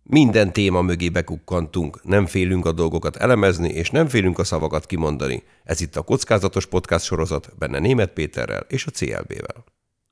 Minden téma mögé bekukkantunk, nem félünk a dolgokat elemezni, és nem félünk a szavakat kimondani. Ez itt a Kockázatos Podcast sorozat, benne Németh Péterrel és a CLB-vel.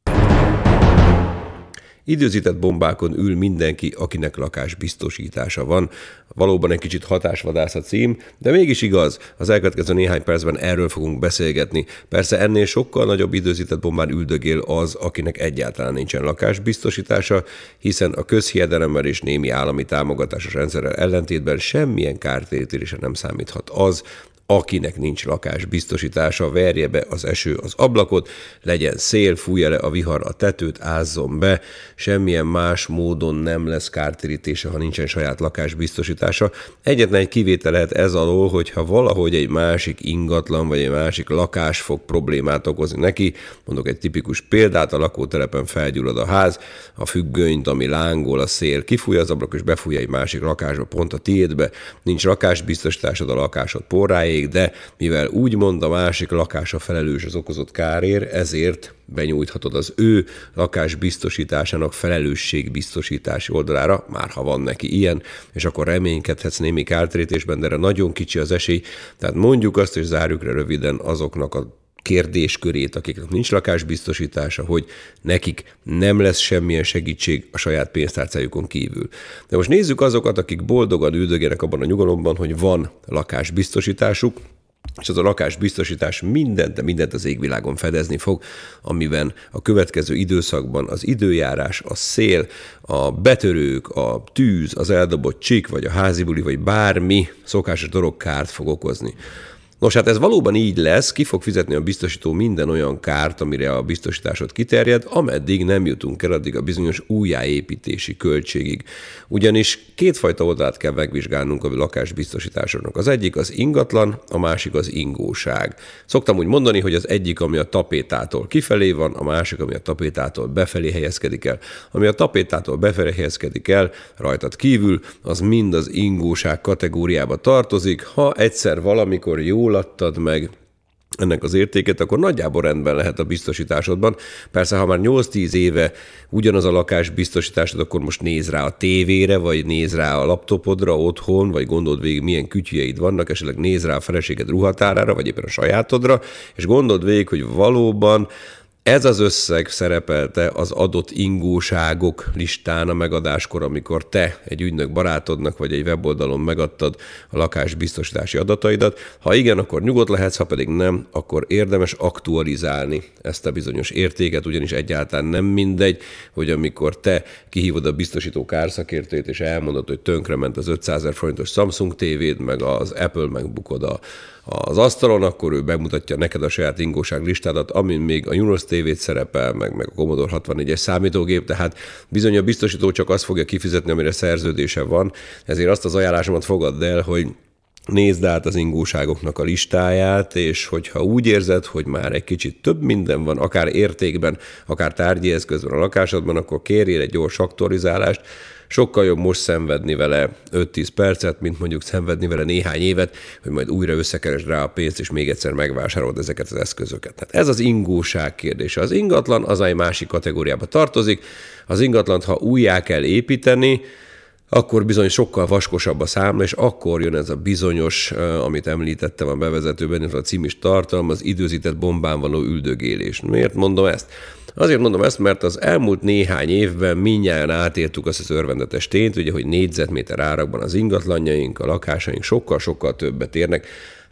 Időzített bombákon ül mindenki, akinek lakásbiztosítása van. Valóban egy kicsit hatásvadász a cím, de mégis igaz, az elkövetkező néhány percben erről fogunk beszélgetni. Persze ennél sokkal nagyobb időzített bombán üldögél az, akinek egyáltalán nincsen lakásbiztosítása, hiszen a közhiedelemmel és némi állami támogatásos rendszerrel ellentétben semmilyen kártérítésre nem számíthat az, akinek nincs lakásbiztosítása, verje be az eső az ablakot, legyen szél, fújja le a vihar a tetőt, ázzon be, semmilyen más módon nem lesz kártérítése, ha nincsen saját lakásbiztosítása. Egyetlen egy kivétel lehet ez alól, hogyha valahogy egy másik ingatlan vagy egy másik lakás fog problémát okozni neki. Mondok egy tipikus példát, a lakótelepen felgyullad a ház, a függönyt, ami lángol, a szél kifújja az ablak és befújja egy másik lakásba, pont a tiédbe, nincs lakásbiztosításod, a lakásod porráig, de mivel úgymond a másik lakása felelős az okozott kárért, ezért benyújthatod az ő lakásbiztosításának felelősségbiztosítási oldalára, már ha van neki ilyen, és akkor reménykedhetsz némi kártérítésben, de erre nagyon kicsi az esély. Tehát mondjuk azt, és zárjuk le röviden azoknak a kérdéskörét, akiknek nincs lakásbiztosítása, hogy nekik nem lesz semmilyen segítség a saját pénztárcájukon kívül. De most nézzük azokat, akik boldogan üldögélnek abban a nyugalomban, hogy van lakásbiztosításuk, és az a lakásbiztosítás mindent az égvilágon fedezni fog, amiben a következő időszakban az időjárás, a szél, a betörők, a tűz, az eldobott csík, vagy a házibuli, vagy bármi szokásos dolog kárt fog okozni. Nos, hát ez valóban így lesz, ki fog fizetni a biztosító minden olyan kárt, amire a biztosításod kiterjed, ameddig nem jutunk el addig a bizonyos újjáépítési költségig. Ugyanis kétfajta oldalát kell megvizsgálnunk a lakásbiztosításoknak. Az egyik az ingatlan, a másik az ingóság. Szoktam úgy mondani, hogy az egyik, ami a tapétától kifelé van, a másik, ami a tapétától befelé helyezkedik el. Ami a tapétától befelé helyezkedik el, rajtad kívül, az mind az ingóság kategóriába tartozik. Ha egyszer valamikor jól adtad meg ennek az értéket, akkor nagyjából rendben lehet a biztosításodban. Persze, ha már 8-10 éve ugyanaz a lakásbiztosításod, akkor most nézz rá a tévére, vagy nézz rá a laptopodra otthon, vagy gondold végig, milyen kütyüjeid vannak, esetleg nézz rá a feleséged ruhatárára, vagy éppen a sajátodra, és gondold végig, hogy valóban ez az összeg szerepelte az adott ingóságok listán a megadáskor, amikor te egy ügynök barátodnak vagy egy weboldalon megadtad a lakásbiztosítási adataidat. Ha igen, akkor nyugodt lehetsz, ha pedig nem, akkor érdemes aktualizálni ezt a bizonyos értéket, ugyanis egyáltalán nem mindegy, hogy amikor te kihívod a biztosító kárszakértőjét és elmondod, hogy tönkrement az 500 000 forintos Samsung tévéd, meg az Apple MacBookod az asztalon, akkor ő bemutatja neked a saját ingóság listádat, amin még a Junos TV-t szerepel, meg a Commodore 64-es számítógép, tehát bizony a biztosító csak azt fogja kifizetni, amire szerződése van, ezért azt az ajánlásomat fogadd el, hogy nézd át az ingóságoknak a listáját, és hogyha úgy érzed, hogy már egy kicsit több minden van, akár értékben, akár tárgyi eszközben a lakásodban, akkor kérjél egy gyors aktualizálást. Sokkal jobb most szenvedni vele 5-10 percet, mint mondjuk szenvedni vele néhány évet, hogy majd újra összekeresd rá a pénzt, és még egyszer megvásárolod ezeket az eszközöket. Tehát ez az ingóság kérdése. Az ingatlan az egy másik kategóriába tartozik. Az ingatlant, ha újjá kell építeni, akkor bizony sokkal vaskosabb a számla, és akkor jön ez a bizonyos, amit említettem a bevezetőben, ez a cím is tartalmaz, időzített bombán való üldögélés. Miért mondom ezt? Azért mondom ezt, mert az elmúlt néhány évben mindnyájan átéltük azt az örvendetes tényt, ugye, hogy négyzetméter árakban az ingatlanjaink, a lakásaink sokkal-sokkal többet érnek,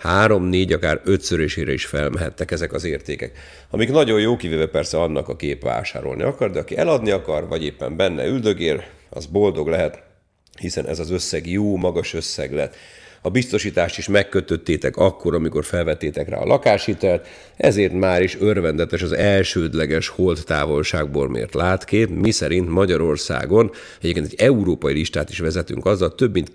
3-4, akár 5-szörösére is felmehettek ezek az értékek. Amik nagyon jó, kivéve persze annak, aki épp vásárolni akar, de aki eladni akar, vagy éppen benne üldögél, az boldog lehet, hiszen ez az összeg jó, magas összeg lett. A biztosítást is megkötöttétek akkor, amikor felvettétek rá a lakáshitelt, ezért már is örvendetes az elsődleges holdtávolságból mért látkép, miszerint Magyarországon, egyébként egy európai listát is vezetünk azzal, több mint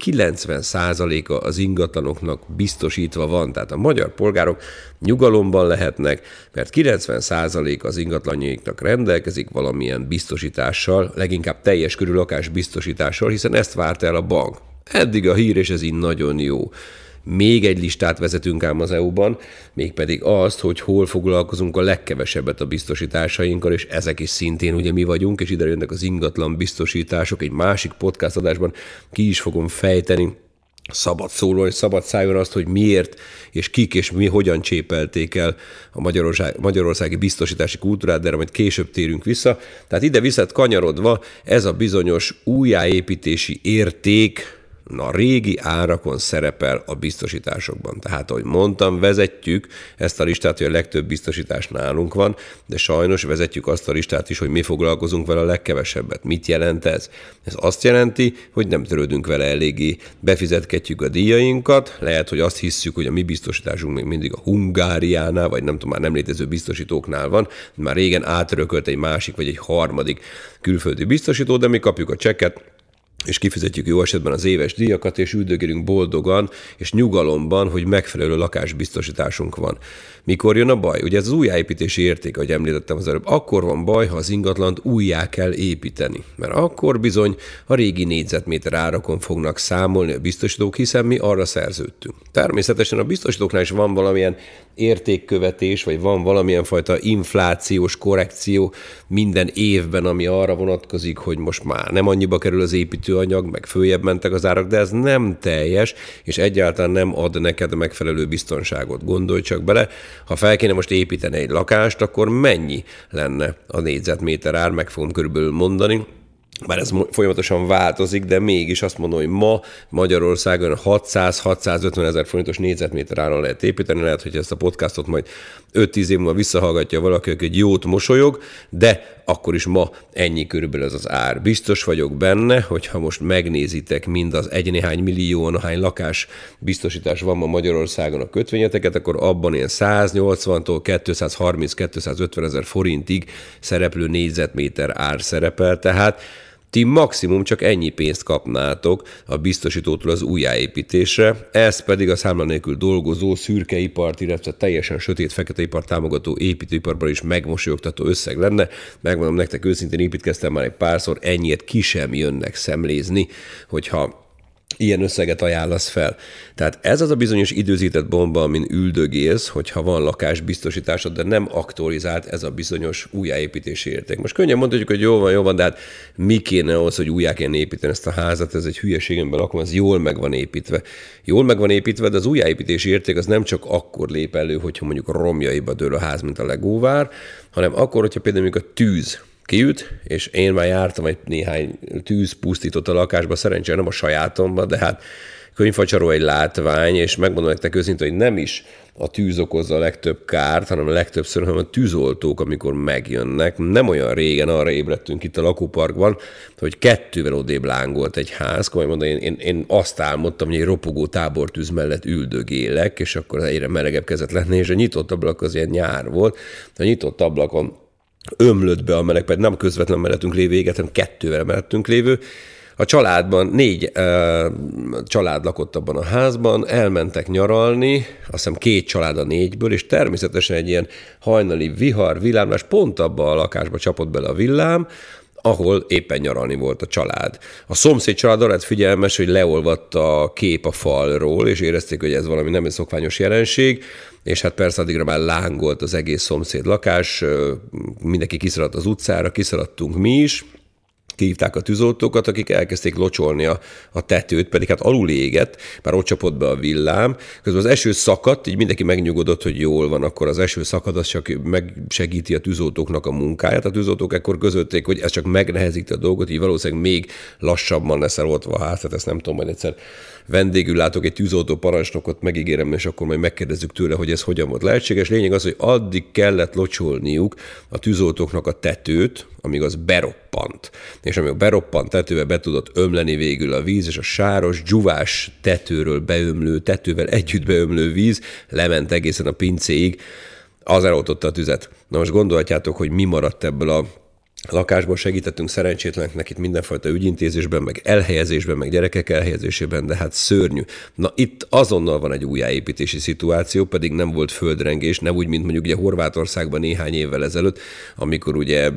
90%-a az ingatlanoknak biztosítva van, tehát a magyar polgárok nyugalomban lehetnek, mert 90% az ingatlanjaiknak rendelkezik valamilyen biztosítással, leginkább teljes körű lakásbiztosítással, hiszen ezt várt el a bank. Eddig a hír, és ez így nagyon jó. még egy listát vezetünk ám az EU-ban, mégpedig azt, hogy hol foglalkozunk a legkevesebbet a biztosításainkkal, és ezek is szintén ugye mi vagyunk, és ide jönnek az ingatlan biztosítások. Egy másik podcast adásban ki is fogom fejteni, szabad szóló és szabad szájon azt, hogy miért és kik és mi hogyan csépelték el a magyarországi biztosítási kultúrát, de erre majd később térünk vissza. Tehát ide visszat kanyarodva ez a bizonyos újjáépítési érték a régi árakon szerepel a biztosításokban. Tehát, ahogy mondtam, vezetjük ezt a listát, hogy a legtöbb biztosítás nálunk van, de sajnos vezetjük azt a listát is, hogy mi foglalkozunk vele a legkevesebbet. Mit jelent ez? Ez azt jelenti, hogy nem törődünk vele eléggé. Befizetgetjük a díjainkat, lehet, hogy azt hisszük, hogy a mi biztosításunk még mindig a Hungáriánál, vagy nem tudom, már nem létező biztosítóknál van, már régen átörökölt egy másik vagy egy harmadik külföldi biztosító, de mi kapjuk a csekket, és kifizetjük jó esetben az éves díjakat, és üldögélünk boldogan és nyugalomban, hogy megfelelő lakásbiztosításunk van. Mikor jön a baj? Ugye ez az újjáépítési érték, ahogy említettem az előbb, akkor van baj, ha az ingatlant újjá kell építeni. Mert akkor bizony a régi négyzetméter árakon fognak számolni a biztosítók, hiszen mi arra szerződtünk. Természetesen a biztosítóknál is van valamilyen értékkövetés, vagy van valamilyen fajta inflációs korrekció minden évben, ami arra vonatkozik, hogy most már nem annyiba kerül az építőanyag, meg följebb mentek az árak, de ez nem teljes, és egyáltalán nem ad neked megfelelő biztonságot. Gondolj csak bele, ha fel kéne most építeni egy lakást, akkor mennyi lenne a négyzetméter ár, meg fogom körülbelül mondani. Bár ez folyamatosan változik, de mégis azt mondom, hogy ma Magyarországon 600-650 ezer forintos négyzetméter áron lehet építeni. Lehet, hogy ezt a podcastot majd 5-10 év múlva visszahallgatja valaki, aki egy jót mosolyog, de akkor is ma ennyi körülbelül ez az ár. Biztos vagyok benne, hogy ha most megnézitek mind az egy-néhány millió, ahány lakás biztosítás van ma Magyarországon a kötvényeteket, akkor abban ilyen 180-tól 230-250 ezer forintig szereplő négyzetméter ár szerepel, tehát ti maximum csak ennyi pénzt kapnátok a biztosítótól az újjáépítésre, ez pedig a számla nélkül dolgozó szürkeipart, illetve teljesen sötét feketeipart támogató építőiparban is megmosolyogtató összeg lenne. Megmondom nektek őszintén, építkeztem már egy párszor, ennyiért ki sem jönnek szemlézni, hogyha ilyen összeget ajánlasz fel. Tehát ez az a bizonyos időzített bomba, amin üldögélsz, hogyha van lakásbiztosításod, de nem aktualizált ez a bizonyos újjáépítési érték. Most könnyen mondhatjuk, hogy jó van, de hát mi kéne ahhoz, hogy újjá kéne építeni ezt a házat, ez egy hülyeségemben lakom, ez jól meg van építve. Jól meg van építve, de az újjáépítési érték az nem csak akkor lép elő, hogyha mondjuk romjaiba dől a ház, mint a legóvár, hanem akkor, hogyha például a tűz kiüt, és én már jártam egy néhány tűz pusztított a lakásba, szerencsére nem a sajátomba, de hát könyvfacsaró egy látvány, és megmondom nektek őszintén, hogy nem is a tűz okozza a legtöbb kárt, hanem a legtöbbször, hanem a tűzoltók, amikor megjönnek. Nem olyan régen arra ébredtünk itt a lakóparkban, hogy 2-vel odébb lángolt egy ház, komolyan mondom, én azt álmodtam, hogy egy ropogó tábortűz mellett üldögélek, és akkor egyre melegebb kezdett lenni, és a nyitott ablak az ilyen nyár volt. A nyitott ablakon ömlött be a meleg, pedig nem közvetlen mellettünk lévő éget, hanem 2-vel mellettünk lévő. A családban 4 család lakott abban a házban, elmentek nyaralni, azt hiszem 2 család a 4-ből, és természetesen egy ilyen hajnali vihar, villámlás pont abba a lakásba csapott bele a villám, ahol éppen nyaralni volt a család. A szomszéd család arra figyelmes, hogy leolvadt a kép a falról, és érezték, hogy ez valami nem egy szokványos jelenség, és hát persze addigra már lángolt az egész szomszéd lakás, mindenki kiszaladt az utcára, kiszaladtunk mi is, kihívták a tűzoltókat, akik elkezdték locsolni a tetőt, pedig hát alul égett, már ott csapott be a villám. Közben az eső szakadt, így mindenki megnyugodott, hogy jól van, akkor az eső szakad, az csak megsegíti a tűzoltóknak a munkáját. A tűzoltók ekkor közölték, hogy ez csak megnehezíti a dolgot, így valószínűleg még lassabban lesz eloltva a ház, tehát ezt nem tudom, majd egyszer vendégül látok egy tűzoltó parancsnokot, megígérem, és akkor majd megkérdezzük tőle, hogy ez hogyan volt lehetséges. Lényeg az, hogy addig kellett locsolniuk a tűzoltóknak a tetőt, amíg az beroppant. És amíg beroppant tetőbe be tudott ömleni végül a víz, és a sáros, dzsuvás tetőről beömlő, tetővel együtt beömlő víz lement egészen a pincéig, az eloltotta a tüzet. Na most gondolhatjátok, hogy mi maradt ebből a lakásból, segítettünk szerencsétleneknek itt mindenfajta ügyintézésben, meg elhelyezésben, meg gyerekek elhelyezésében, de hát szörnyű. Na itt azonnal van egy újjáépítési szituáció, pedig nem volt földrengés, nem úgy, mint mondjuk ugye Horvátországban néhány évvel ezelőtt, amikor ugye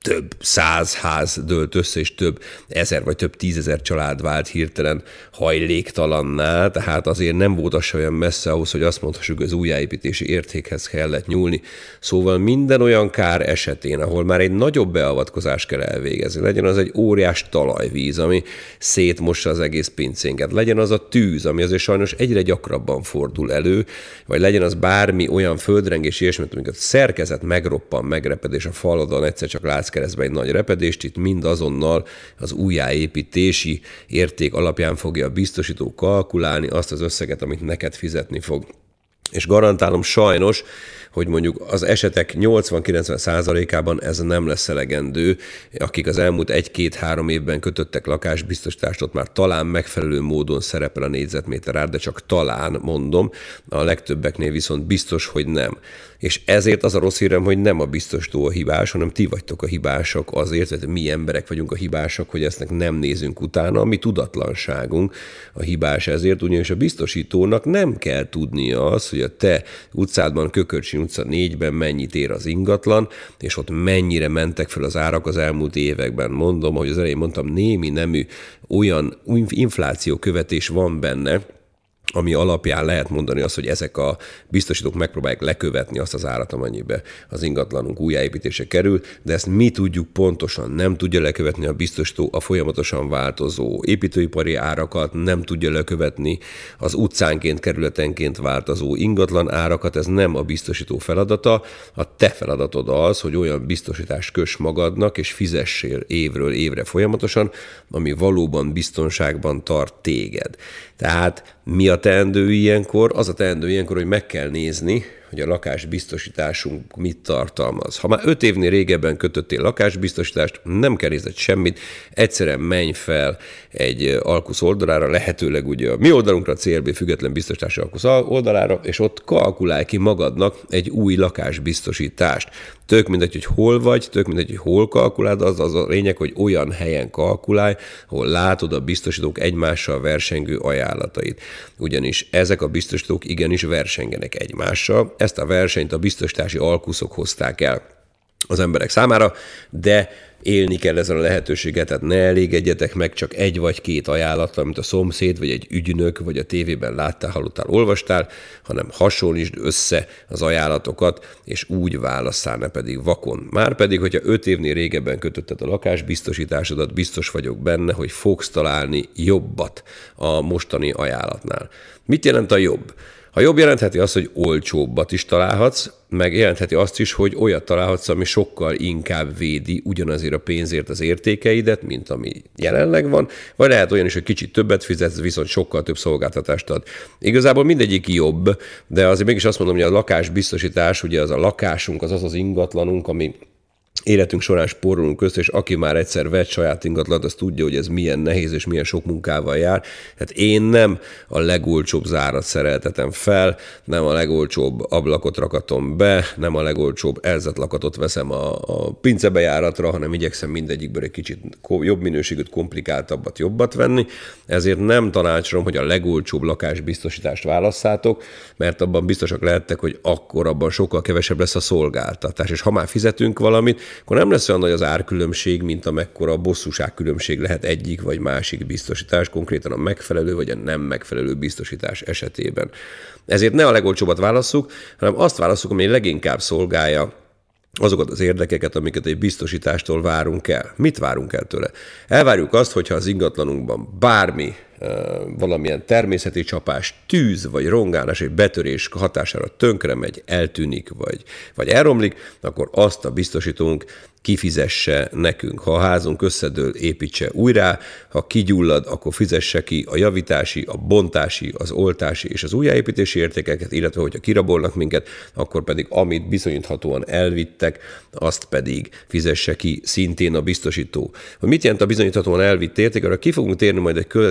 több 100 ház dőlt össze, és több 1000 vagy több 10 000 család vált hirtelen hajléktalanná, tehát azért nem volt az olyan messze ahhoz, hogy azt mondhassuk, az újjáépítési értékhez kellett nyúlni. Szóval minden olyan kár esetén, ahol már egy nagyobb beavatkozást kell elvégezni, legyen az egy óriás talajvíz, ami szétmossa az egész pincénket, legyen az a tűz, ami azért sajnos egyre gyakrabban fordul elő, vagy legyen az bármi olyan földrengés, ilyesmit, amikor szerkezet megroppan, megreped, és a falodon egyszer csak látsz keresztbe egy nagy repedést, itt mind azonnal az újjáépítési érték alapján fogja a biztosító kalkulálni azt az összeget, amit neked fizetni fog. És garantálom sajnos, hogy mondjuk az esetek 80-90%-ában ez nem lesz elegendő, akik az elmúlt 1-2-3 évben kötöttek lakásbiztosítást, ott már talán megfelelő módon szerepel a négyzetméter ár, de csak talán mondom, a legtöbbeknél viszont biztos, hogy nem. És ezért az a rossz hírem, hogy nem a biztosító a hibás, hanem ti vagytok a hibások azért, hogy mi emberek vagyunk a hibások, hogy ezt nem nézünk utána, a mi tudatlanságunk a hibás ezért, ugyanis a biztosítónak nem kell tudnia az, hogy a te utcádban, Kökörcsi utca 4-ben mennyit ér az ingatlan, és ott mennyire mentek fel az árak az elmúlt években. Mondom, ahogy az elején mondtam, némi nemű olyan inflációkövetés van benne, ami alapján lehet mondani azt, hogy ezek a biztosítók megpróbálják lekövetni azt az árat, amennyibe az ingatlanunk újjáépítése kerül, de ezt mi tudjuk pontosan, nem tudja lekövetni a biztosító a folyamatosan változó építőipari árakat, nem tudja lekövetni az utcánként, kerületenként változó ingatlan árakat, ez nem a biztosító feladata, a te feladatod az, hogy olyan biztosítást köss magadnak, és fizessél évről évre folyamatosan, ami valóban biztonságban tart téged. Tehát mi a teendő ilyenkor? Az a teendő ilyenkor, hogy meg kell nézni, hogy a lakásbiztosításunk mit tartalmaz. Ha már 5 évnél régebben kötöttél lakásbiztosítást, nem kell nézned semmit, egyszerűen menj fel egy Alkusz oldalára, lehetőleg ugye a mi oldalunkra, a CLB független biztosítási Alkusz oldalára, és ott kalkulálj ki magadnak egy új lakásbiztosítást. Tök mindegy, hogy hol vagy, tök mindegy, hogy hol kalkulálod, az a lényeg, hogy olyan helyen kalkulálj, ahol látod a biztosítók egymással versengő ajánlatait. Ugyanis ezek a biztosítók igenis versengenek egymással, ezt a versenyt a biztosítási alkuszok hozták el az emberek számára, de élni kell ezzel a lehetőséget, tehát ne elégedjetek meg csak 1 vagy 2 ajánlattal, mint a szomszéd, vagy egy ügynök, vagy a tévében láttál, hallottál, olvastál, hanem hasonlítsd össze az ajánlatokat, és úgy válasszál, ne pedig vakon. Márpedig, hogyha 5 évnél régebben kötötted a lakásbiztosításodat, biztos vagyok benne, hogy fogsz találni jobbat a mostani ajánlatnál. Mit jelent a jobb? A jobb jelentheti azt, hogy olcsóbbat is találhatsz, meg jelentheti azt is, hogy olyat találhatsz, ami sokkal inkább védi ugyanazért a pénzért az értékeidet, mint ami jelenleg van, vagy lehet olyan is, hogy kicsit többet fizetsz, viszont sokkal több szolgáltatást ad. Igazából mindegyik jobb, de azért mégis azt mondom, hogy a lakásbiztosítás, ugye az a lakásunk, az az ingatlanunk, ami életünk során spórolunk össze, és aki már egyszer vett saját ingatlant, az tudja, hogy ez milyen nehéz és milyen sok munkával jár. Tehát én nem a legolcsóbb zárat szereltetem fel, nem a legolcsóbb ablakot rakatom be, nem a legolcsóbb elzetlakatot veszem a pincebejáratra, hanem igyekszem mindegyikből egy kicsit jobb minőségűt, komplikáltabbat, jobbat venni. Ezért nem tanácsolom, hogy a legolcsóbb lakásbiztosítást válasszátok, mert abban biztosak lehettek, hogy akkor abban sokkal kevesebb lesz a szolgáltatás. És ha már fizetünk valamit, akkor nem lesz olyan nagy az árkülönbség, mint amekkora a bosszúságkülönbség lehet egyik vagy másik biztosítás, konkrétan a megfelelő vagy a nem megfelelő biztosítás esetében. Ezért ne a legolcsóbbat válasszuk, hanem azt válasszuk, ami leginkább szolgálja azokat az érdekeket, amiket egy biztosítástól várunk el. Mit várunk el tőle? Elvárjuk azt, hogyha az ingatlanunkban bármi valamilyen természeti csapás, tűz vagy rongálás, egy betörés hatására tönkre megy, eltűnik vagy elromlik, akkor azt a biztosítónk kifizesse nekünk. Ha a házunk összedől, építse újrá, ha kigyullad, akkor fizesse ki a javítási, a bontási, az oltási és az újjáépítési értékeket, illetve hogyha kirabolnak minket, akkor pedig amit bizonyíthatóan elvittek, azt pedig fizesse ki szintén a biztosító. Hogy mit jelent a bizonyíthatóan elvitt érték, arra ki fogunk térni majd egy következő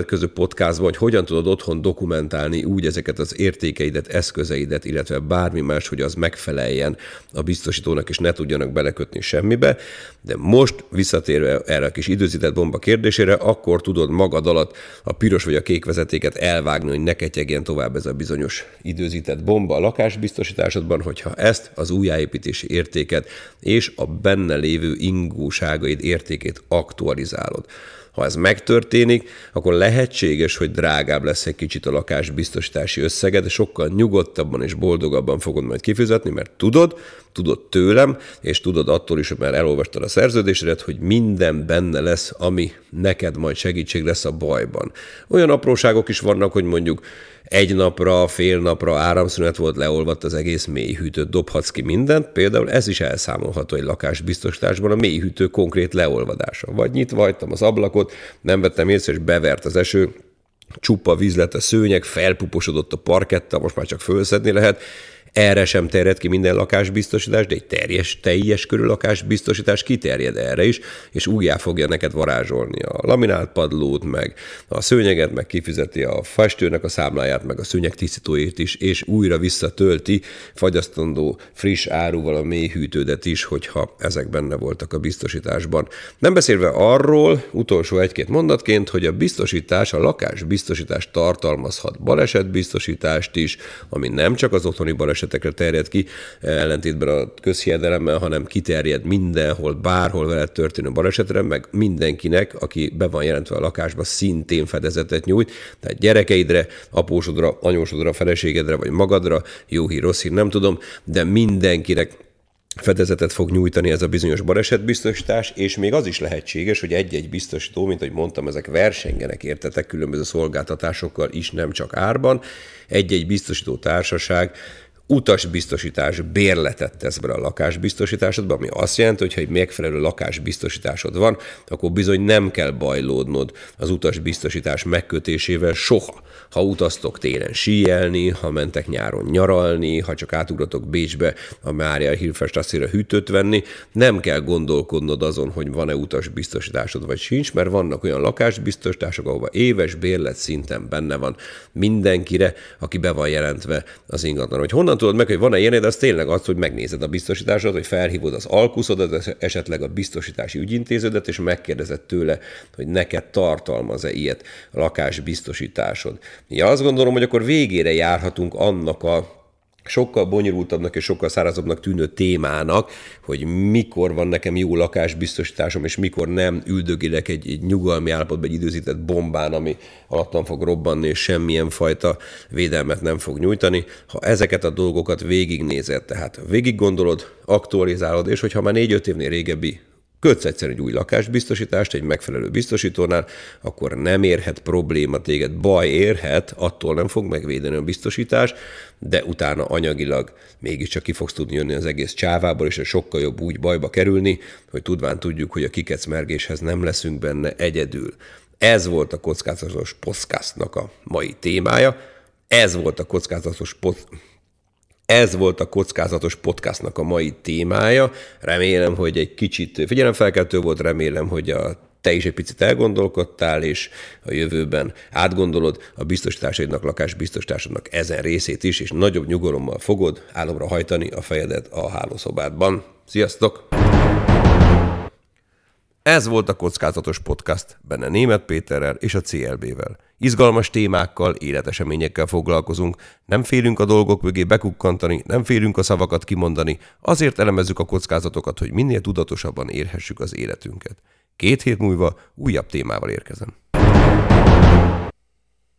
podcastban, hogy hogyan tudod otthon dokumentálni úgy ezeket az értékeidet, eszközeidet, illetve bármi más, hogy az megfeleljen a biztosítónak, és ne tudjanak belekötni semmibe. De most visszatérve erre a kis időzített bomba kérdésére, akkor tudod magad alatt a piros vagy a kék vezetéket elvágni, hogy ne ketyegjen tovább ez a bizonyos időzített bomba a lakásbiztosításodban, hogyha ezt az újjáépítési értéket és a benne lévő ingóságaid értékét aktualizálod. Ha ez megtörténik, akkor lehetséges, hogy drágább lesz egy kicsit a lakásbiztosítási összeged, de sokkal nyugodtabban és boldogabban fogod majd kifizetni, mert tudod tőlem, és tudod attól is, hogy már elolvastad a szerződésedet, hogy minden benne lesz, ami neked majd segítség lesz a bajban. Olyan apróságok is vannak, hogy mondjuk egy napra, fél napra áramszünet volt, leolvadt az egész mélyhűtőt, dobhatsz ki mindent, például ez is elszámolható egy lakásbiztosításban, a mélyhűtő konkrét leolvadása. Vagy nyitva hagytam az ablakot, nem vettem észre, és bevert az eső, csupa víz lett a szőnyeg, felpuposodott a parketta, most már csak fölszedni lehet. Erre sem terjed ki minden lakásbiztosítás, de egy teljes körű lakásbiztosítás kiterjed erre is, és újjá fogja neked varázsolni a laminált padlót, meg a szőnyeget, meg kifizeti a festőnek a számláját, meg a szőnyegtisztítóért is, és újra visszatölti fagyasztandó friss áruval a mélyhűtődet is, hogyha ezek benne voltak a biztosításban. Nem beszélve arról, utolsó egy-két mondatként, hogy a biztosítás, a lakásbiztosítás tartalmazhat balesetbiztosítást is, ami nem csak az otthoni balesetekre terjed ki, ellentétben a közhiedelemmel, hanem kiterjed mindenhol, bárhol veled történő balesetre, meg mindenkinek, aki be van jelentve a lakásba, szintén fedezetet nyújt. Tehát gyerekeidre, apósodra, anyósodra, feleségedre, vagy magadra, jó hír, rossz hír, nem tudom, de mindenkinek fedezetet fog nyújtani ez a bizonyos balesetbiztosítás, és még az is lehetséges, hogy egy-egy biztosító, mint ahogy mondtam, ezek versengenek, értetek, különböző szolgáltatásokkal is, nem csak árban. Egy-egy biztosító társaság utasbiztosítás bérletet tesz bele a lakásbiztosításodba, ami azt jelenti, hogy ha egy megfelelő lakásbiztosításod van, akkor bizony nem kell bajlódnod az utasbiztosítás megkötésével soha. Ha utaztok télen síelni, ha mentek nyáron nyaralni, ha csak átugratok Bécsbe a Mária Hilferstrasszére hűtőt venni, nem kell gondolkodnod azon, hogy van-e utasbiztosításod vagy sincs, mert vannak olyan lakásbiztosítások, ahova éves bérlet szinten benne van mindenkire, aki be van jelentve az ingatlan. Hogy honnan tudod meg, hogy van-e ilyened, az tényleg az, hogy megnézed a biztosításod, hogy felhívod az alkuszodat, esetleg a biztosítási ügyintéződet, és megkérdezed tőle, hogy neked tartalmaz-e ilyet a lakásbiztosításod. Ja, azt gondolom, hogy akkor végére járhatunk annak a sokkal bonyolultabbnak és sokkal szárazabbnak tűnő témának, hogy mikor van nekem jó lakásbiztosításom, és mikor nem üldögélek egy nyugalmi állapotban, egy időzített bombán, ami alattam fog robbanni, és semmilyen fajta védelmet nem fog nyújtani. Ha ezeket a dolgokat végignézed, tehát végig gondolod, aktualizálod, és hogyha már 4-5 évnél régebbi kötsz egyszer egy új lakásbiztosítást egy megfelelő biztosítónál, akkor nem érhet probléma téged, baj érhet, attól nem fog megvédeni a biztosítás, de utána anyagilag mégiscsak ki fogsz tudni jönni az egész csávából, és sokkal jobb úgy bajba kerülni, hogy tudván tudjuk, hogy a kikecmergéshez nem leszünk benne egyedül. Ez volt a kockázatos podcastnak a mai témája, ez volt a kockázatos podcastnak a mai témája. Remélem, hogy egy kicsit figyelemfelkeltő volt, remélem, hogy te is egy picit elgondolkodtál, és a jövőben átgondolod a biztosításaidnak, lakásbiztosításodnak ezen részét is, és nagyobb nyugalommal fogod álomra hajtani a fejedet a hálószobádban. Sziasztok! Ez volt a Kockázatos Podcast, benne Németh Péterrel és a CLB-vel. Izgalmas témákkal, életeseményekkel foglalkozunk, nem félünk a dolgok mögé bekukkantani, nem félünk a szavakat kimondani, azért elemezzük a kockázatokat, hogy minél tudatosabban érhessük az életünket. 2 hét múlva újabb témával érkezem.